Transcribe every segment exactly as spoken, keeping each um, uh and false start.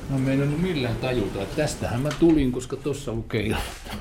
Mä en meinannut millään tajuta, että tästähän mä tulin, koska tossa lukee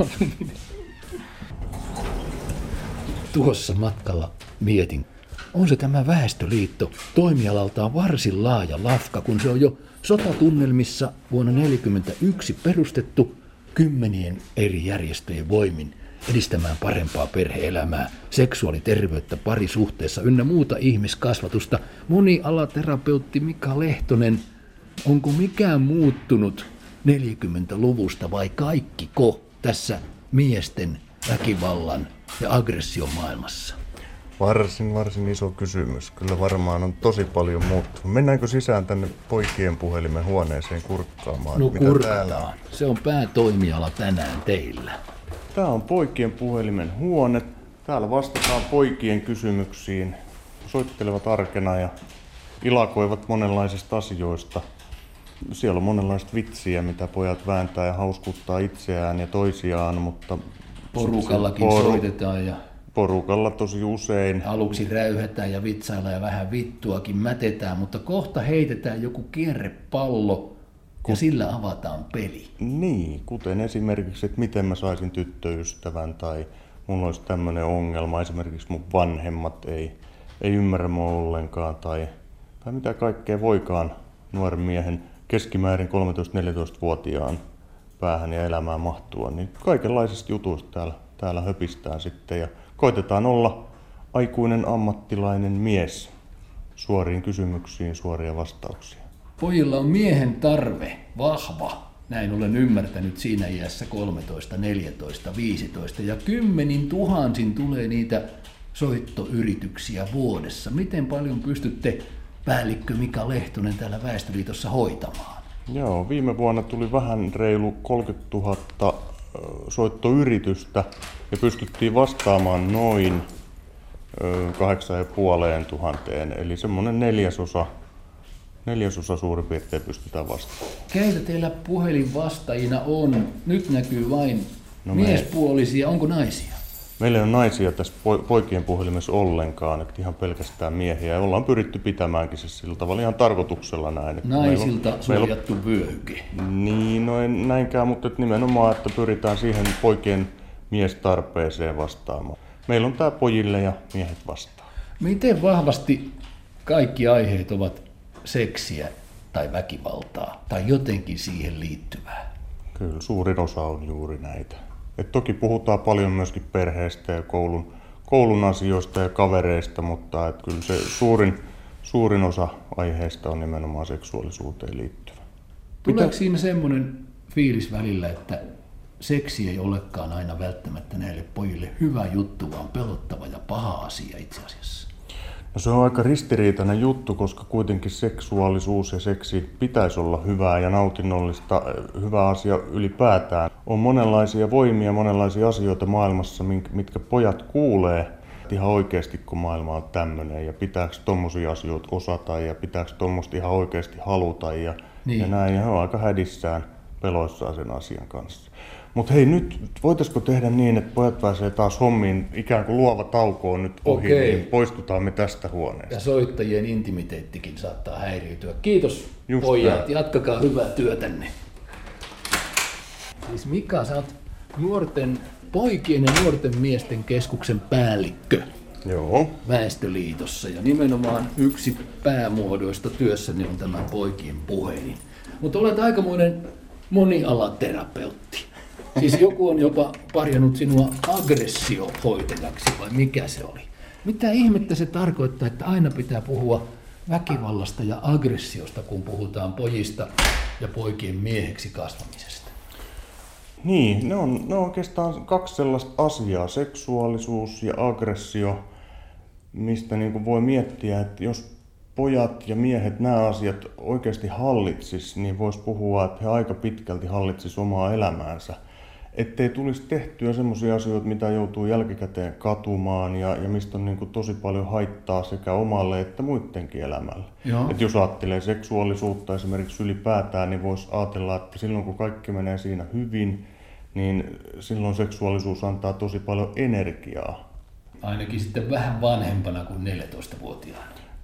Tuossa matkalla mietin, on se tämä Väestöliitto toimialaltaan varsin laaja lafka, kun se on jo sotatunnelmissa vuonna tuhatyhdeksänsataaneljäkymmentäyksi perustettu kymmenien eri järjestöjen voimin edistämään parempaa perhe-elämää, seksuaaliterveyttä parisuhteessa ynnä muuta ihmiskasvatusta. Monialaterapeutti Mika Lehtonen, onko mikään muuttunut neljäkymmentäluvusta vai kaikkiko tässä miesten väkivallan ja aggression maailmassa? Varsin, varsin iso kysymys. Kyllä varmaan on tosi paljon muuttunut. Mennäänkö sisään tänne poikien puhelimen huoneeseen kurkkaamaan? No mitä kurkataan. Täällä on? Se on päätoimiala tänään teillä. Tämä on poikien puhelimen huone. Täällä vastataan poikien kysymyksiin. Soittelevat arkena ja ilakoivat monenlaisista asioista. Siellä on monenlaista vitsiä, mitä pojat vääntää ja hauskuttaa itseään ja toisiaan, mutta Porukallakin poru- soitetaan ja porukalla tosi usein. aluksi räyhätään ja vitsaillaan ja vähän vittuakin mätetään, mutta kohta heitetään joku kierrepallo ja sillä avataan peli. Niin, kuten esimerkiksi, että miten mä saisin tyttöystävän tai mulla olisi tämmöinen ongelma, esimerkiksi mun vanhemmat ei, ei ymmärrä mua ollenkaan tai, tai mitä kaikkea voikaan nuoren miehen keskimäärin kolmetoista-neljätoista-vuotiaan päähän ja elämään mahtua, niin kaikenlaisista jutuista täällä, täällä höpistään sitten ja koitetaan olla aikuinen ammattilainen mies, suoriin kysymyksiin suoria vastauksia. Pojilla on miehen tarve, vahva, näin olen ymmärtänyt siinä iässä kolmetoista, neljätoista, viisitoista ja kymmenin tuhansin tulee niitä soittoyrityksiä vuodessa. Miten paljon pystytte, päällikkö Mika Lehtonen, täällä Väestöliitossa hoitamaan? Joo, viime vuonna tuli vähän reilu kolmekymmentätuhatta soittoyritystä ja pystyttiin vastaamaan noin kahdeksan ja puoleen tuhanteen, eli semmoinen neljäsosa, neljäsosa suurin piirtein pystytään vastaamaan. Keitä teillä puhelinvastaajina on? Nyt näkyy vain No miespuolisia, onko naisia? Meillä ei ole naisia tässä poikien puhelimessa ollenkaan, että ihan pelkästään miehiä. Ja ollaan pyritty pitämäänkin se sillä tavalla ihan tarkoituksella näin. Että Naisilta meillä on, suojattu meillä on, vyöhyke. Niin, no en näinkään, mutta että nimenomaan, että pyritään siihen poikien miestarpeeseen vastaamaan. Meillä on tää pojille ja miehet vastaan. Miten vahvasti kaikki aiheet ovat seksiä tai väkivaltaa tai jotenkin siihen liittyvää? Kyllä, suurin osa on juuri näitä. Et toki puhutaan paljon myöskin perheestä ja koulun, koulun asioista ja kavereista, mutta et kyllä se suurin, suurin osa aiheista on nimenomaan seksuaalisuuteen liittyvä. Tuleeko siinä semmoinen fiilis välillä, että seksi ei olekaan aina välttämättä näille pojille hyvä juttu, vaan pelottava ja paha asia itse asiassa? No se on aika ristiriitainen juttu, koska kuitenkin seksuaalisuus ja seksi pitäisi olla hyvää ja nautinnollista, hyvä asia ylipäätään. On monenlaisia voimia, monenlaisia asioita maailmassa, mitkä pojat kuulee ihan oikeasti, kun maailma on tämmöinen. Ja pitääkö tommosia asioita osata ja pitääkö tommoista ihan oikeasti haluta ja, niin. ja näin. Ja he on aika hädissään, peloissaan sen asian kanssa. Mutta hei, nyt voitaisiko tehdä niin, että pojat pääsee taas hommiin, ikään kuin luova tauko on nyt ohi, Okei. niin poistutaan me tästä huoneesta. Ja soittajien intimiteettikin saattaa häiriytyä. Kiitos Just pojat, näin. jatkakaa hyvää työtänne. Siis Mika, sä oot nuorten, poikien ja nuorten miesten keskuksen päällikkö Joo. Väestöliitossa. Ja nimenomaan yksi päämuodoista työssäni on tämä poikien puhelin. Mutta olet aikamoinen monialaterapeutti. Siis joku on jopa parjannut sinua aggressiohoitajaksi, vai mikä se oli? Mitä ihmettä se tarkoittaa, että aina pitää puhua väkivallasta ja aggressiosta, kun puhutaan pojista ja poikien mieheksi kasvamisesta? Niin, ne on, ne on oikeastaan kaksi sellaista asiaa, seksuaalisuus ja aggressio, mistä niin kuin voi miettiä, että jos pojat ja miehet nämä asiat oikeasti hallitsis, niin voisi puhua, että he aika pitkälti hallitsis omaa elämäänsä. Ettei tulisi tehtyä semmoisia asioita, mitä joutuu jälkikäteen katumaan ja, ja mistä on niin kuin tosi paljon haittaa sekä omalle että muidenkin elämälle. Et jos ajattelee seksuaalisuutta esimerkiksi ylipäätään, niin voisi ajatella, että silloin kun kaikki menee siinä hyvin, niin silloin seksuaalisuus antaa tosi paljon energiaa. Ainakin sitten vähän vanhempana kuin neljätoistavuotiaana.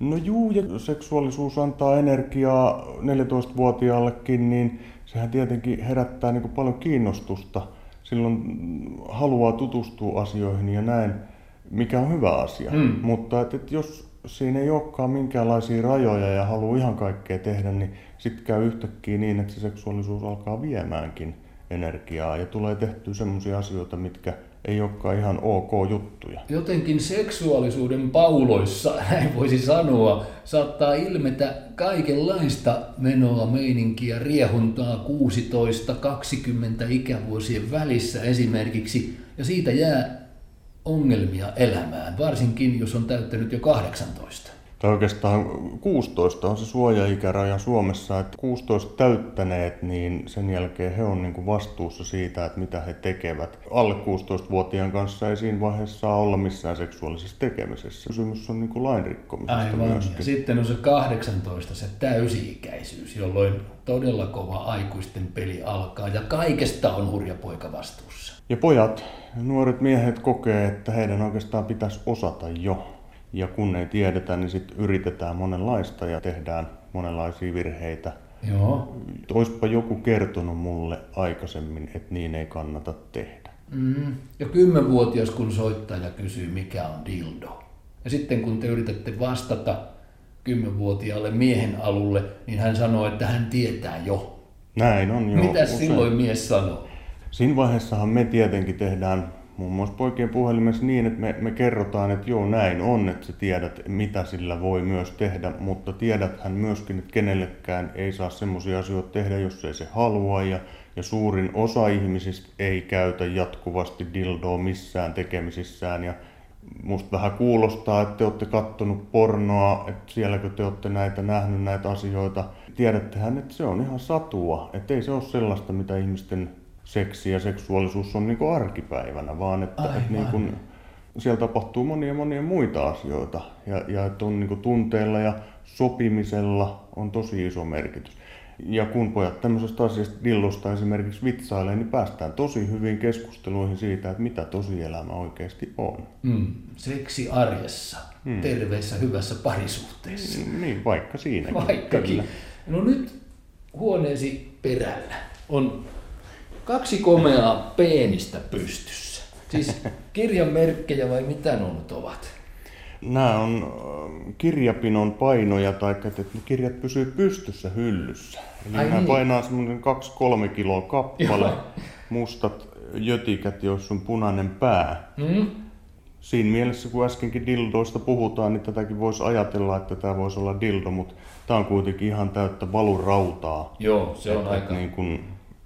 No juu, ja seksuaalisuus antaa energiaa neljätoistavuotiaallekin, niin sehän tietenkin herättää niin kuin paljon kiinnostusta. Silloin haluaa tutustua asioihin ja näin, mikä on hyvä asia. Mm. Mutta et, et jos siinä ei olekaan minkäänlaisia rajoja ja haluaa ihan kaikkea tehdä, niin sitten käy yhtäkkiä niin, että se seksuaalisuus alkaa viemäänkin energiaa ja tulee tehtyä sellaisia asioita, mitkä ei olekaan ihan ok juttuja. Jotenkin seksuaalisuuden pauloissa, näin voisi sanoa, saattaa ilmetä kaikenlaista menoa, meininkiä, riehuntaa kuusitoista kaksikymmentä ikävuosien välissä esimerkiksi, ja siitä jää ongelmia elämään, varsinkin jos on täyttänyt jo kahdeksantoista. Tai oikeastaan kuusitoista on se suojaikäraja Suomessa, että kuusitoista täyttäneet, niin sen jälkeen he on niin kuin vastuussa siitä, että mitä he tekevät. Alle kuusitoistavuotiaan kanssa ei siinä vaiheessa saa olla missään seksuaalisessa tekemisessä. Kysymys on niin kuin lain rikkomisesta. Aivan. Myöskin. Ja sitten on se kahdeksantoista, se täysi-ikäisyys, jolloin todella kova aikuisten peli alkaa ja kaikesta on hurja poika vastuussa. Ja pojat, nuoret miehet kokee, että heidän oikeastaan pitäisi osata jo. Ja kun ei tiedetä, niin sitten yritetään monenlaista ja tehdään monenlaisia virheitä. Joo. Oispa joku kertonut mulle aikaisemmin, että niin ei kannata tehdä. Mm. Ja kymmenvuotias kun soittaa ja kysyy, mikä on dildo. Ja sitten kun te yritätte vastata kymmenvuotiaalle miehen alulle, niin hän sanoo, että hän tietää jo. Näin on jo. Mitä silloin mies sanoo? Siinä vaiheessahan me tietenkin tehdään muun muassa poikien puhelimessa niin, että me, me kerrotaan, että joo näin on, että sä tiedät mitä sillä voi myös tehdä, mutta tiedäthän myöskin, että kenellekään ei saa semmoisia asioita tehdä, jos ei se halua ja, ja suurin osa ihmisistä ei käytä jatkuvasti dildoa missään tekemisissään ja musta vähän kuulostaa, että te olette kattonut pornoa, että sielläkö te olette näitä nähnyt näitä asioita. Tiedättehän, että se on ihan satua, että ei se ole sellaista, mitä ihmisten seksi ja seksuaalisuus on niin kuin arkipäivänä, vaan että, että niin kuin siellä tapahtuu monia monia muita asioita ja, ja että on niin kuin tunteilla ja sopimisella on tosi iso merkitys. Ja kun pojat tämmöisestä asiasta dillosta esimerkiksi vitsailee, niin päästään tosi hyvin keskusteluihin siitä, että mitä tosielämä oikeasti on. Mm. Seksi arjessa, mm. terveessä hyvässä parisuhteessa. Niin, vaikka siinäkin. Vaikkakin. Kyllä. No nyt huoneesi perällä on kaksi komeaa peenistä pystyssä. Siis kirjanmerkkejä vai mitä ne nyt ovat? Nämä on kirjapinon painoja, tai että kirjat pysyy pystyssä hyllyssä. Eli Ai nämä niin. painaa semmoinen kaksi kolme kiloa kappale, Joo. mustat jötikät, joissa on punainen pää. Hmm? Siinä mielessä, kun äskenkin dildoista puhutaan, niin tätäkin voisi ajatella, että tämä voisi olla dildo, mutta tämä on kuitenkin ihan täyttä valurautaa. Joo, se on että, aika... Niin kun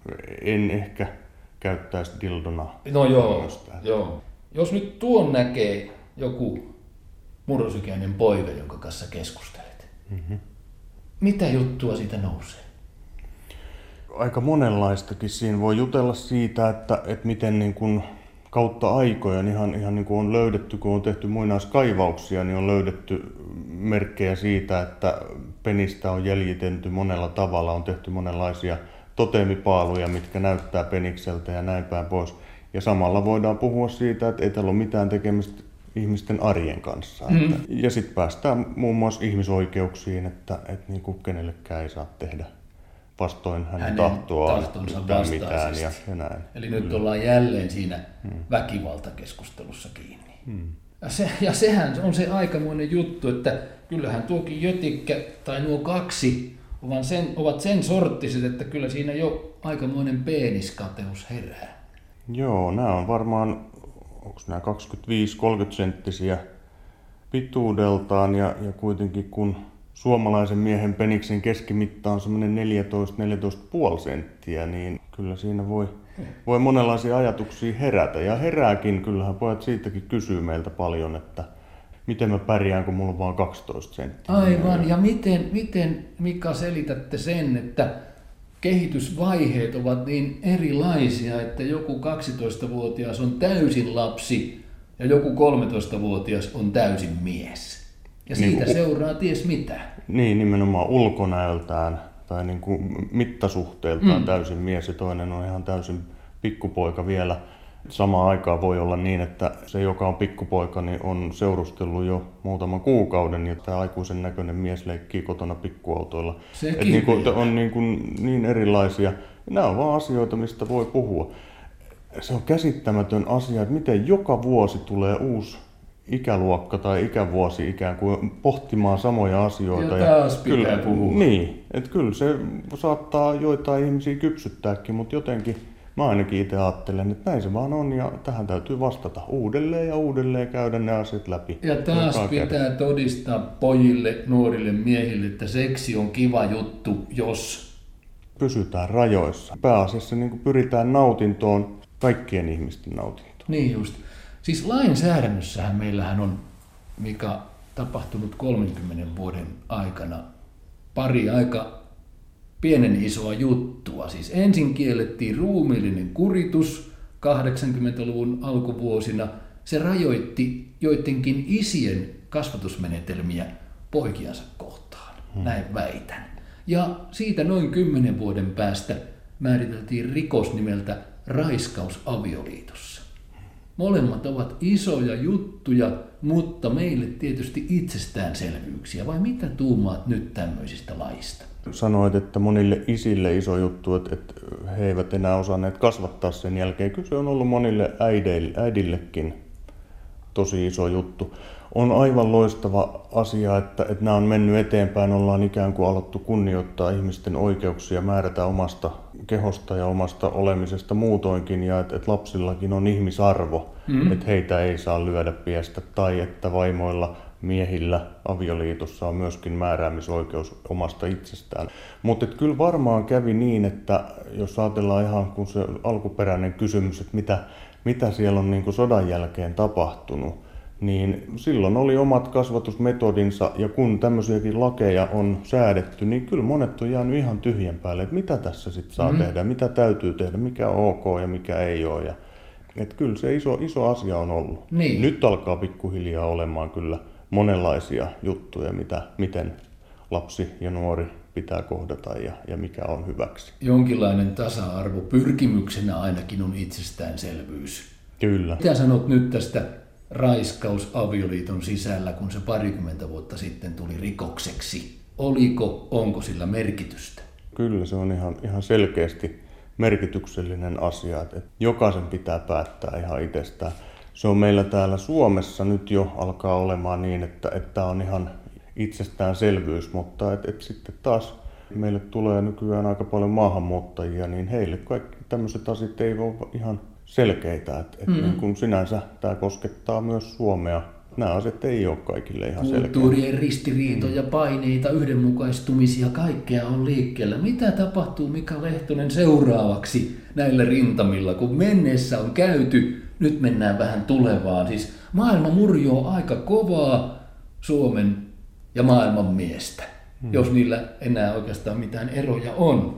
en ehkä käyttäisi dildona. No joo, joo. Jos nyt tuon näkee joku murrosikäinen poika, jonka kanssa keskustelet, mm-hmm. mitä juttua siitä nousee? Aika monenlaistakin siinä voi jutella siitä, että, että miten niin kun kautta aikojen ihan, ihan niin kuin on löydetty, kun on tehty muinaiskaivauksia, niin on löydetty merkkejä siitä, että penistä on jäljitelty monella tavalla, on tehty monenlaisia toteemipaaluja, mitkä näyttää penikseltä ja näin päin pois. Ja samalla voidaan puhua siitä, että ei täällä ole mitään tekemistä ihmisten arjen kanssa. Mm. Että, ja sitten päästään muun muassa ihmisoikeuksiin, että, että niin kuin kenellekään ei saa tehdä vastoin hänen, hänen tahtoaan yhtään mitään ja, ja näin. Eli nyt ollaan jälleen siinä mm. väkivaltakeskustelussa kiinni. Mm. Ja, se, ja sehän on se aikamoinen juttu, että kyllähän tuokin jötikkä tai nuo kaksi ovat sen, ovat sen sorttiset, että kyllä siinä jo aikamoinen peeniskateus herää. Joo, nämä on varmaan, onko nämä kaksikymmentäviisi kolmekymmentä senttisiä pituudeltaan ja, ja kuitenkin kun suomalaisen miehen peniksen keskimitta on semmoinen neljätoista neljätoista pilkku viisi senttiä, niin kyllä siinä voi, voi monenlaisia ajatuksia herätä. Ja herääkin, kyllähän pojat siitäkin kysyy meiltä paljon, että miten mä pärjään, kun mulla on vaan kaksitoista senttiä. Aivan, ja miten, miten Mika selitätte sen, että kehitysvaiheet ovat niin erilaisia, että joku kaksitoistavuotias on täysin lapsi ja joku kolmetoistavuotias on täysin mies. Ja siitä niin, seuraa ties mitä. Niin, nimenomaan ulkonäöltään tai niin kuin mittasuhteeltaan mm. täysin mies ja toinen on ihan täysin pikkupoika vielä. Samaan aikaan voi olla niin, että se, joka on pikkupoika, niin on seurustellut jo muutaman kuukauden ja tämä aikuisen näköinen mies leikkii kotona pikkuautoilla. Sekin niin kuin, on niin, kuin, niin erilaisia. Nämä on vaan asioita, mistä voi puhua. Se on käsittämätön asia, että miten joka vuosi tulee uusi ikäluokka tai ikävuosi ikään kuin pohtimaan samoja asioita. Ja taas pitää kyllä, puhua. Niin, että kyllä se saattaa joitain ihmisiä kypsyttääkin, mutta jotenkin mä ainakin itse ajattelen, että näin se vaan on ja tähän täytyy vastata uudelleen ja uudelleen käydä ne asiat läpi. Ja taas Joka pitää kerta. todistaa pojille, nuorille miehille, että seksi on kiva juttu, jos Pysytään rajoissa. Pääasiassa niin kuin pyritään nautintoon, kaikkien ihmisten nautintoon. Niin just. Siis lainsäädännössähän meillähän on, Mika, tapahtunut kolmenkymmenen vuoden aikana pari aika pienen isoa juttua. Siis ensin kiellettiin ruumiillinen kuritus kahdeksankymmentäluvun alkuvuosina. Se rajoitti joidenkin isien kasvatusmenetelmiä poikiansa kohtaan, hmm. näin väitän. Ja siitä noin kymmenen vuoden päästä määriteltiin rikos nimeltä raiskaus avioliitossa. Molemmat ovat isoja juttuja, mutta meille tietysti itsestäänselvyyksiä. Vai mitä tuumaat nyt tämmöisistä laista? Sanoit, että monille isille iso juttu, että, että he eivät enää osanneet kasvattaa sen jälkeen. Kyllä se on ollut monille äideille, äidillekin tosi iso juttu. On aivan loistava asia, että, että nämä on mennyt eteenpäin. Ollaan ikään kuin alettu kunnioittaa ihmisten oikeuksia, määrätä omasta kehosta ja omasta olemisesta muutoinkin. Ja että, että lapsillakin on ihmisarvo, mm. että heitä ei saa lyödä piestä. Tai että vaimoilla, miehillä avioliitossa on myöskin määräämisoikeus omasta itsestään. Mutta kyllä varmaan kävi niin, että jos ajatellaan ihan kun se alkuperäinen kysymys, että mitä, mitä siellä on niin kuin sodan jälkeen tapahtunut, niin silloin oli omat kasvatusmetodinsa ja kun tämmöisiäkin lakeja on säädetty, niin kyllä monet on jäänyt ihan tyhjän päälle, että mitä tässä sitten saa mm. tehdä, mitä täytyy tehdä, mikä on ok ja mikä ei ole. Ja, että kyllä se iso, iso asia on ollut. Niin. Nyt alkaa pikkuhiljaa olemaan kyllä monenlaisia juttuja, mitä, miten lapsi ja nuori pitää kohdata ja, ja mikä on hyväksi. Jonkinlainen tasa-arvo pyrkimyksenä ainakin on itsestäänselvyys. Kyllä. Mitä sanot nyt tästä raiskaus avioliiton sisällä, kun se parikymmentä vuotta sitten tuli rikokseksi? Oliko, onko sillä merkitystä? Kyllä se on ihan, ihan selkeästi merkityksellinen asia, että jokaisen pitää päättää ihan itsestään. Se on meillä täällä Suomessa nyt jo alkaa olemaan niin, että tämä on ihan itsestäänselvyys, mutta et, et sitten taas meille tulee nykyään aika paljon maahanmuuttajia, niin heille kaikki tämmöiset asiat ei ole ihan selkeitä. Et, et mm. niin kun sinänsä tämä koskettaa myös Suomea. Nämä asiat ei ole kaikille ihan selkeitä. Kulttuurien ristiriitoja, paineita, yhdenmukaistumisia, kaikkea on liikkeellä. Mitä tapahtuu, Mika Lehtonen, seuraavaksi näillä rintamilla, kun menneessä on käyty, nyt mennään vähän tulevaan. Siis maailma murjoo aika kovaa Suomen ja maailman miestä, hmm. jos niillä enää oikeastaan mitään eroja on.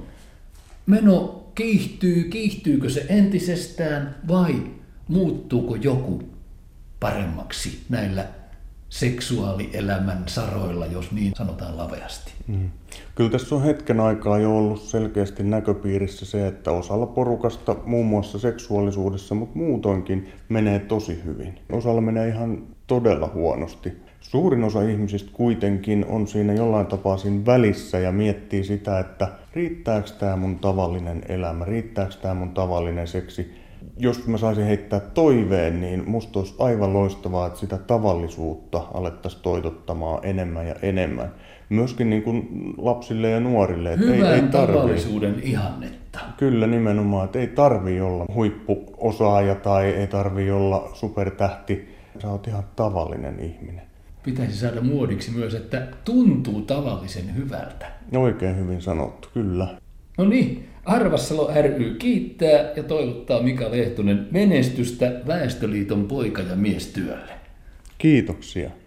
Meno kiihtyy, kiihtyykö se entisestään vai muuttuuko joku paremmaksi näillä seksuaalielämän saroilla, jos niin sanotaan laveasti? Hmm. Kyllä tässä on hetken aikaa jo ollut selkeästi näköpiirissä se, että osalla porukasta, muun muassa seksuaalisuudessa, mutta muutoinkin menee tosi hyvin. Osalla menee ihan todella huonosti. Suurin osa ihmisistä kuitenkin on siinä jollain tapaa siinä välissä ja miettii sitä, että riittääkö tämä mun tavallinen elämä, riittääkö tämä mun tavallinen seksi. Jos mä saisin heittää toiveen, niin musta olisi aivan loistavaa, että sitä tavallisuutta alettaisiin toitottamaan enemmän ja enemmän. Myöskin niin kuin lapsille ja nuorille. Että Hyvän ei, ei tarvii, tavallisuuden ihannetta. Kyllä nimenomaan, että ei tarvii olla huippuosaaja tai ei tarvii olla supertähti. Sä oot ihan tavallinen ihminen. Pitäisi saada muodiksi myös, että tuntuu tavallisen hyvältä. Oikein hyvin sanottu, kyllä. No niin, Arvassalo ry kiittää ja toivottaa Mika Lehtonen menestystä Väestöliiton poika- ja miestyölle. Kiitoksia.